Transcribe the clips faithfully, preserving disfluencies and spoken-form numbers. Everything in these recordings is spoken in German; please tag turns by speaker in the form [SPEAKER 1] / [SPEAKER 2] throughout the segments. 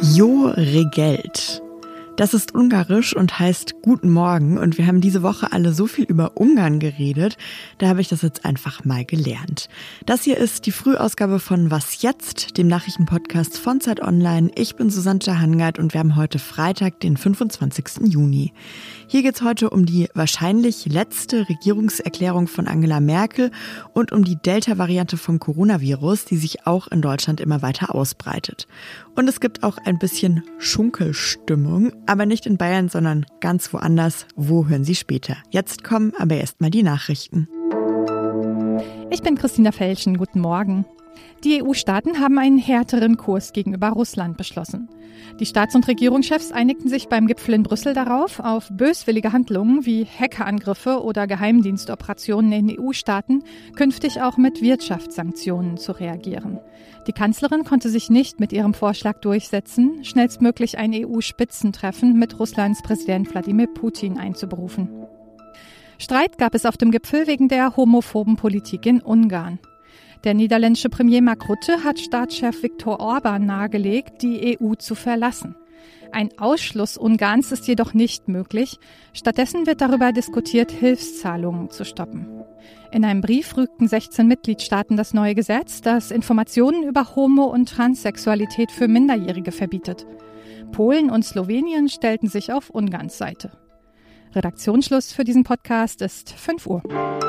[SPEAKER 1] Jo regelt. Das ist ungarisch und heißt Guten Morgen und wir haben diese Woche alle so viel über Ungarn geredet, da habe ich das jetzt einfach mal gelernt. Das hier ist die Frühausgabe von Was jetzt?, dem Nachrichtenpodcast von Zeit Online. Ich bin Susanne Hangard und wir haben heute Freitag, den fünfundzwanzigsten Juni. Hier geht es heute um die wahrscheinlich letzte Regierungserklärung von Angela Merkel und um die Delta-Variante vom Coronavirus, die sich auch in Deutschland immer weiter ausbreitet. Und es gibt auch ein bisschen Schunkelstimmung, aber nicht in Bayern, sondern ganz woanders. Wo hören Sie später? Jetzt kommen aber erstmal die Nachrichten.
[SPEAKER 2] Ich bin Christina Felschen, guten Morgen. Die E U-Staaten haben einen härteren Kurs gegenüber Russland beschlossen. Die Staats- und Regierungschefs einigten sich beim Gipfel in Brüssel darauf, auf böswillige Handlungen wie Hackerangriffe oder Geheimdienstoperationen in E U-Staaten künftig auch mit Wirtschaftssanktionen zu reagieren. Die Kanzlerin konnte sich nicht mit ihrem Vorschlag durchsetzen, schnellstmöglich ein E U-Spitzentreffen mit Russlands Präsident Wladimir Putin einzuberufen. Streit gab es auf dem Gipfel wegen der homophoben Politik in Ungarn. Der niederländische Premier Mark Rutte hat Staatschef Viktor Orban nahegelegt, die E U zu verlassen. Ein Ausschluss Ungarns ist jedoch nicht möglich. Stattdessen wird darüber diskutiert, Hilfszahlungen zu stoppen. In einem Brief rügten sechzehn Mitgliedstaaten das neue Gesetz, das Informationen über Homo- und Transsexualität für Minderjährige verbietet. Polen und Slowenien stellten sich auf Ungarns Seite. Redaktionsschluss für diesen Podcast ist fünf Uhr.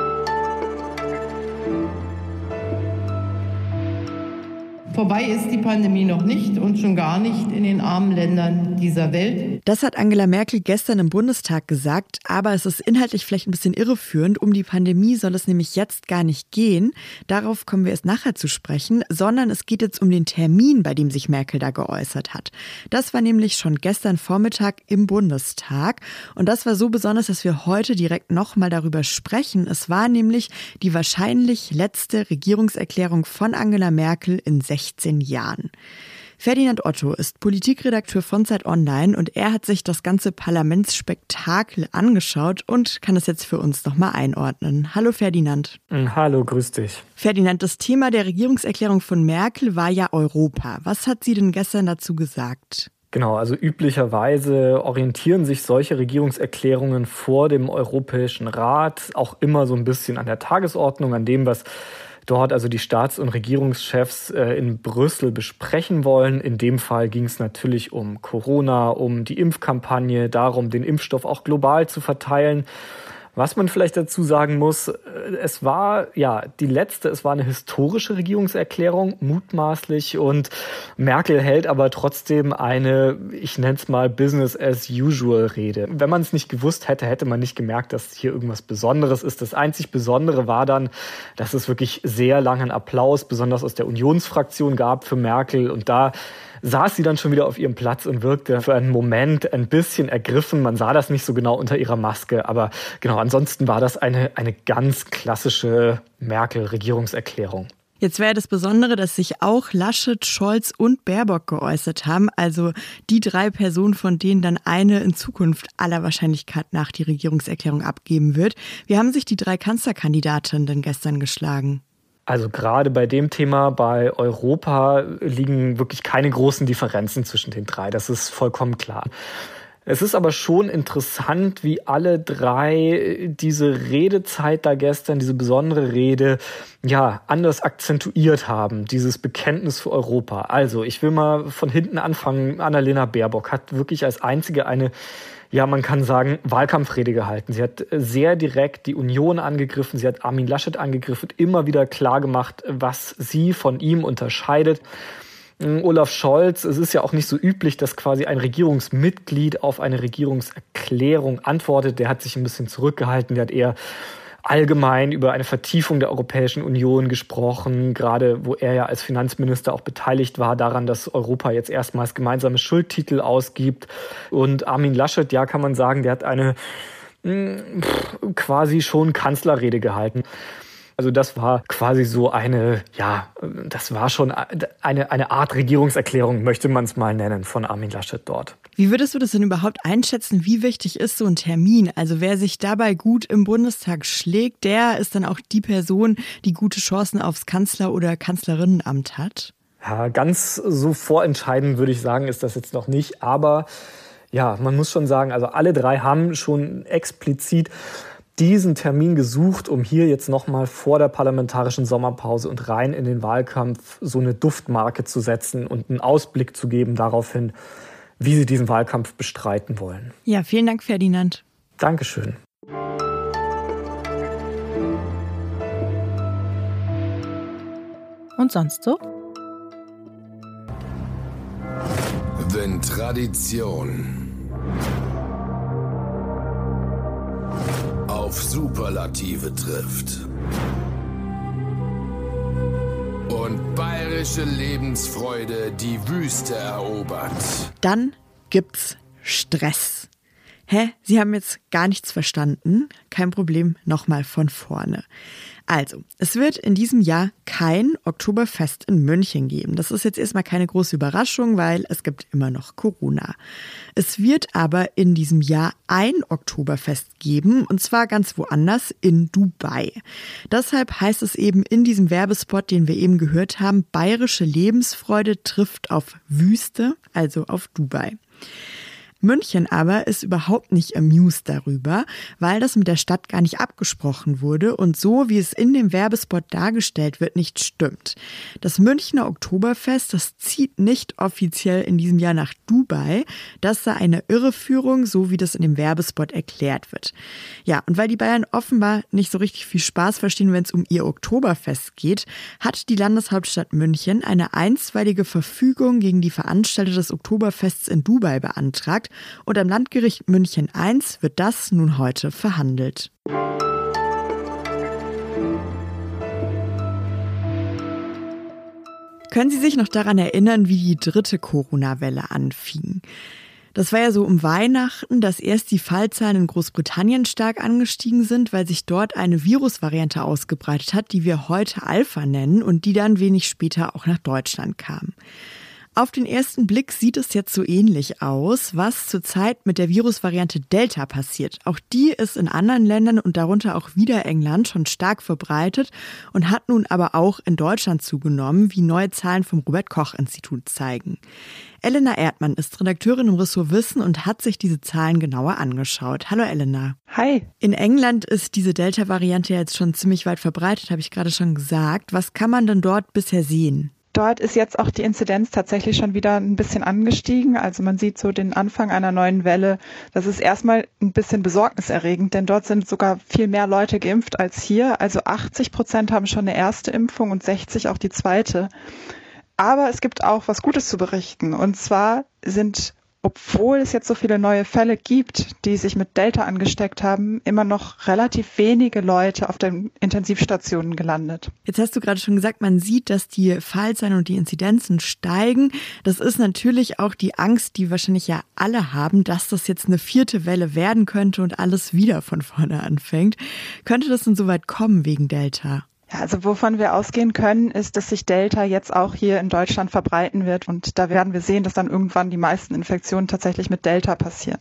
[SPEAKER 3] Vorbei ist die Pandemie noch nicht und schon gar nicht in den armen Ländern dieser Welt.
[SPEAKER 1] Das hat Angela Merkel gestern im Bundestag gesagt, aber es ist inhaltlich vielleicht ein bisschen irreführend. Um die Pandemie soll es nämlich jetzt gar nicht gehen. Darauf kommen wir erst nachher zu sprechen, sondern es geht jetzt um den Termin, bei dem sich Merkel da geäußert hat. Das war nämlich schon gestern Vormittag im Bundestag und das war so besonders, dass wir heute direkt nochmal darüber sprechen. Es war nämlich die wahrscheinlich letzte Regierungserklärung von Angela Merkel in sechzehn Jahren. Ferdinand Otto ist Politikredakteur von Zeit Online und er hat sich das ganze Parlamentsspektakel angeschaut und kann es jetzt für uns nochmal einordnen. Hallo Ferdinand.
[SPEAKER 4] Hallo, grüß dich.
[SPEAKER 1] Ferdinand, das Thema der Regierungserklärung von Merkel war ja Europa. Was hat sie denn gestern dazu gesagt?
[SPEAKER 4] Genau, also üblicherweise orientieren sich solche Regierungserklärungen vor dem Europäischen Rat auch immer so ein bisschen an der Tagesordnung, an dem, was dort also die Staats- und Regierungschefs äh, in Brüssel besprechen wollen. In dem Fall ging es natürlich um Corona, um die Impfkampagne, darum, den Impfstoff auch global zu verteilen. Was man vielleicht dazu sagen muss, es war ja die letzte, es war eine historische Regierungserklärung, mutmaßlich, und Merkel hält aber trotzdem eine, ich nenne es mal Business-as-usual-Rede. Wenn man es nicht gewusst hätte, hätte man nicht gemerkt, dass hier irgendwas Besonderes ist. Das einzig Besondere war dann, dass es wirklich sehr langen Applaus, besonders aus der Unionsfraktion, gab für Merkel, und da saß sie dann schon wieder auf ihrem Platz und wirkte für einen Moment ein bisschen ergriffen. Man sah das nicht so genau unter ihrer Maske, aber genau, ansonsten war das eine, eine ganz klassische Merkel-Regierungserklärung.
[SPEAKER 1] Jetzt wäre das Besondere, dass sich auch Laschet, Scholz und Baerbock geäußert haben, also die drei Personen, von denen dann eine in Zukunft aller Wahrscheinlichkeit nach die Regierungserklärung abgeben wird. Wie haben sich die drei Kanzlerkandidatinnen denn gestern geschlagen?
[SPEAKER 4] Also gerade bei dem Thema, bei Europa, liegen wirklich keine großen Differenzen zwischen den drei. Das ist vollkommen klar. Es ist aber schon interessant, wie alle drei diese Redezeit da gestern, diese besondere Rede, ja, anders akzentuiert haben, dieses Bekenntnis für Europa. Also, ich will mal von hinten anfangen. Annalena Baerbock hat wirklich als einzige eine, ja, man kann sagen, Wahlkampfrede gehalten. Sie hat sehr direkt die Union angegriffen, sie hat Armin Laschet angegriffen, immer wieder klargemacht, was sie von ihm unterscheidet. Olaf Scholz, es ist ja auch nicht so üblich, dass quasi ein Regierungsmitglied auf eine Regierungserklärung antwortet. Der hat sich ein bisschen zurückgehalten, der hat eher allgemein über eine Vertiefung der Europäischen Union gesprochen, gerade wo er ja als Finanzminister auch beteiligt war daran, dass Europa jetzt erstmals gemeinsame Schuldtitel ausgibt. Und Armin Laschet, ja, kann man sagen, der hat eine mh, quasi schon Kanzlerrede gehalten. Also das war quasi so eine, ja, das war schon eine, eine Art Regierungserklärung, möchte man es mal nennen, von Armin Laschet dort.
[SPEAKER 1] Wie würdest du das denn überhaupt einschätzen? Wie wichtig ist so ein Termin? Also wer sich dabei gut im Bundestag schlägt, der ist dann auch die Person, die gute Chancen aufs Kanzler- oder Kanzlerinnenamt hat?
[SPEAKER 4] Ja, ganz so vorentscheidend würde ich sagen, ist das jetzt noch nicht. Aber ja, man muss schon sagen, also alle drei haben schon explizit diesen Termin gesucht, um hier jetzt nochmal vor der parlamentarischen Sommerpause und rein in den Wahlkampf so eine Duftmarke zu setzen und einen Ausblick zu geben darauf hin, wie sie diesen Wahlkampf bestreiten wollen.
[SPEAKER 1] Ja, vielen Dank, Ferdinand.
[SPEAKER 4] Dankeschön.
[SPEAKER 1] Und sonst so?
[SPEAKER 5] Wenn Tradition auf Superlative trifft und bayerische Lebensfreude die Wüste erobert,
[SPEAKER 1] dann gibt's Stress. Hä? Sie haben jetzt gar nichts verstanden? Kein Problem, nochmal von vorne. Also, es wird in diesem Jahr kein Oktoberfest in München geben. Das ist jetzt erstmal keine große Überraschung, weil es gibt immer noch Corona. Es wird aber in diesem Jahr ein Oktoberfest geben, und zwar ganz woanders, in Dubai. Deshalb heißt es eben in diesem Werbespot, den wir eben gehört haben, bayerische Lebensfreude trifft auf Wüste, also auf Dubai. München aber ist überhaupt nicht amused darüber, weil das mit der Stadt gar nicht abgesprochen wurde und so, wie es in dem Werbespot dargestellt wird, nicht stimmt. Das Münchner Oktoberfest, das zieht nicht offiziell in diesem Jahr nach Dubai. Das sei eine Irreführung, so wie das in dem Werbespot erklärt wird. Ja, und weil die Bayern offenbar nicht so richtig viel Spaß verstehen, wenn es um ihr Oktoberfest geht, hat die Landeshauptstadt München eine einstweilige Verfügung gegen die Veranstalter des Oktoberfests in Dubai beantragt. Und am Landgericht München eins wird das nun heute verhandelt. Können Sie sich noch daran erinnern, wie die dritte Corona-Welle anfing? Das war ja so um Weihnachten, dass erst die Fallzahlen in Großbritannien stark angestiegen sind, weil sich dort eine Virusvariante ausgebreitet hat, die wir heute Alpha nennen und die dann wenig später auch nach Deutschland kam. Auf den ersten Blick sieht es jetzt so ähnlich aus, was zurzeit mit der Virusvariante Delta passiert. Auch die ist in anderen Ländern und darunter auch wieder England schon stark verbreitet und hat nun aber auch in Deutschland zugenommen, wie neue Zahlen vom Robert-Koch-Institut zeigen. Elena Erdmann ist Redakteurin im Ressort Wissen und hat sich diese Zahlen genauer angeschaut. Hallo Elena.
[SPEAKER 6] Hi.
[SPEAKER 1] In England ist diese Delta-Variante jetzt schon ziemlich weit verbreitet, habe ich gerade schon gesagt. Was kann man denn dort bisher sehen?
[SPEAKER 6] Dort ist jetzt auch die Inzidenz tatsächlich schon wieder ein bisschen angestiegen. Also man sieht so den Anfang einer neuen Welle. Das ist erstmal ein bisschen besorgniserregend, denn dort sind sogar viel mehr Leute geimpft als hier. Also achtzig Prozent haben schon eine erste Impfung und sechzig auch die zweite. Aber es gibt auch was Gutes zu berichten. Und zwar sind, obwohl es jetzt so viele neue Fälle gibt, die sich mit Delta angesteckt haben, immer noch relativ wenige Leute auf den Intensivstationen gelandet.
[SPEAKER 1] Jetzt hast du gerade schon gesagt, man sieht, dass die Fallzahlen und die Inzidenzen steigen. Das ist natürlich auch die Angst, die wahrscheinlich ja alle haben, dass das jetzt eine vierte Welle werden könnte und alles wieder von vorne anfängt. Könnte das denn so weit kommen wegen Delta?
[SPEAKER 6] Ja, also wovon wir ausgehen können, ist, dass sich Delta jetzt auch hier in Deutschland verbreiten wird. Und da werden wir sehen, dass dann irgendwann die meisten Infektionen tatsächlich mit Delta passieren.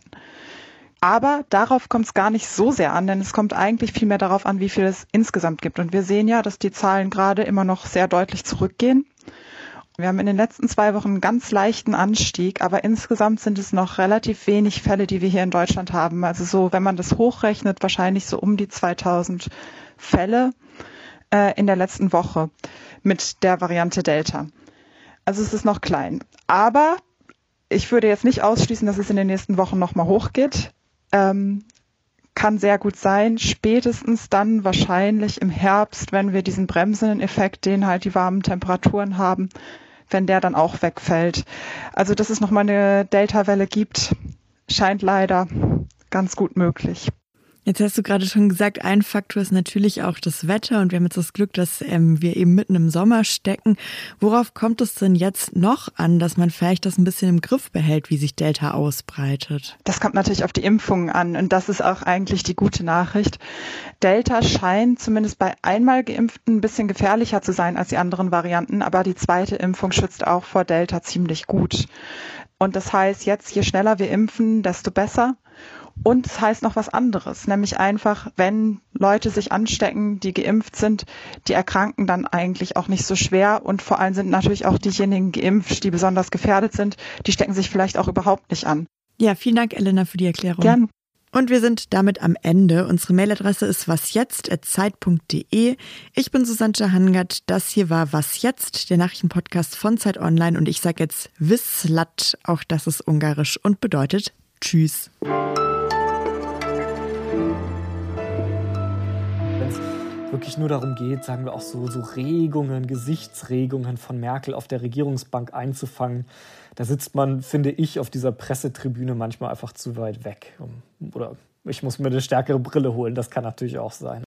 [SPEAKER 6] Aber darauf kommt es gar nicht so sehr an, denn es kommt eigentlich viel mehr darauf an, wie viel es insgesamt gibt. Und wir sehen ja, dass die Zahlen gerade immer noch sehr deutlich zurückgehen. Wir haben in den letzten zwei Wochen einen ganz leichten Anstieg, aber insgesamt sind es noch relativ wenig Fälle, die wir hier in Deutschland haben. Also so, wenn man das hochrechnet, wahrscheinlich so um die zweitausend Fälle in der letzten Woche mit der Variante Delta. Also es ist noch klein. Aber ich würde jetzt nicht ausschließen, dass es in den nächsten Wochen nochmal hochgeht. Ähm, kann sehr gut sein. Spätestens dann wahrscheinlich im Herbst, wenn wir diesen bremsenden Effekt, den halt die warmen Temperaturen haben, wenn der dann auch wegfällt. Also dass es nochmal eine Delta-Welle gibt, scheint leider ganz gut möglich.
[SPEAKER 1] Jetzt hast du gerade schon gesagt, ein Faktor ist natürlich auch das Wetter und wir haben jetzt das Glück, dass ähm, wir eben mitten im Sommer stecken. Worauf kommt es denn jetzt noch an, dass man vielleicht das ein bisschen im Griff behält, wie sich Delta ausbreitet?
[SPEAKER 6] Das kommt natürlich auf die Impfungen an und das ist auch eigentlich die gute Nachricht. Delta scheint zumindest bei einmal Geimpften ein bisschen gefährlicher zu sein als die anderen Varianten, aber die zweite Impfung schützt auch vor Delta ziemlich gut. Und das heißt, jetzt je schneller wir impfen, desto besser. Und es heißt noch was anderes, nämlich einfach, wenn Leute sich anstecken, die geimpft sind, die erkranken dann eigentlich auch nicht so schwer. Und vor allem sind natürlich auch diejenigen geimpft, die besonders gefährdet sind, die stecken sich vielleicht auch überhaupt nicht an.
[SPEAKER 1] Ja, vielen Dank, Elena, für die Erklärung.
[SPEAKER 6] Gern.
[SPEAKER 1] Und wir sind damit am Ende. Unsere Mailadresse ist wasjetzt at zeit punkt de. Ich bin Susanne Hangert. Das hier war Was Jetzt, der Nachrichtenpodcast von Zeit Online. Und ich sage jetzt Vislat, auch das ist ungarisch und bedeutet Tschüss.
[SPEAKER 4] Wenn es wirklich nur darum geht, sagen wir auch so, so Regungen, Gesichtsregungen von Merkel auf der Regierungsbank einzufangen, da sitzt man, finde ich, auf dieser Pressetribüne manchmal einfach zu weit weg. Oder ich muss mir eine stärkere Brille holen, das kann natürlich auch sein.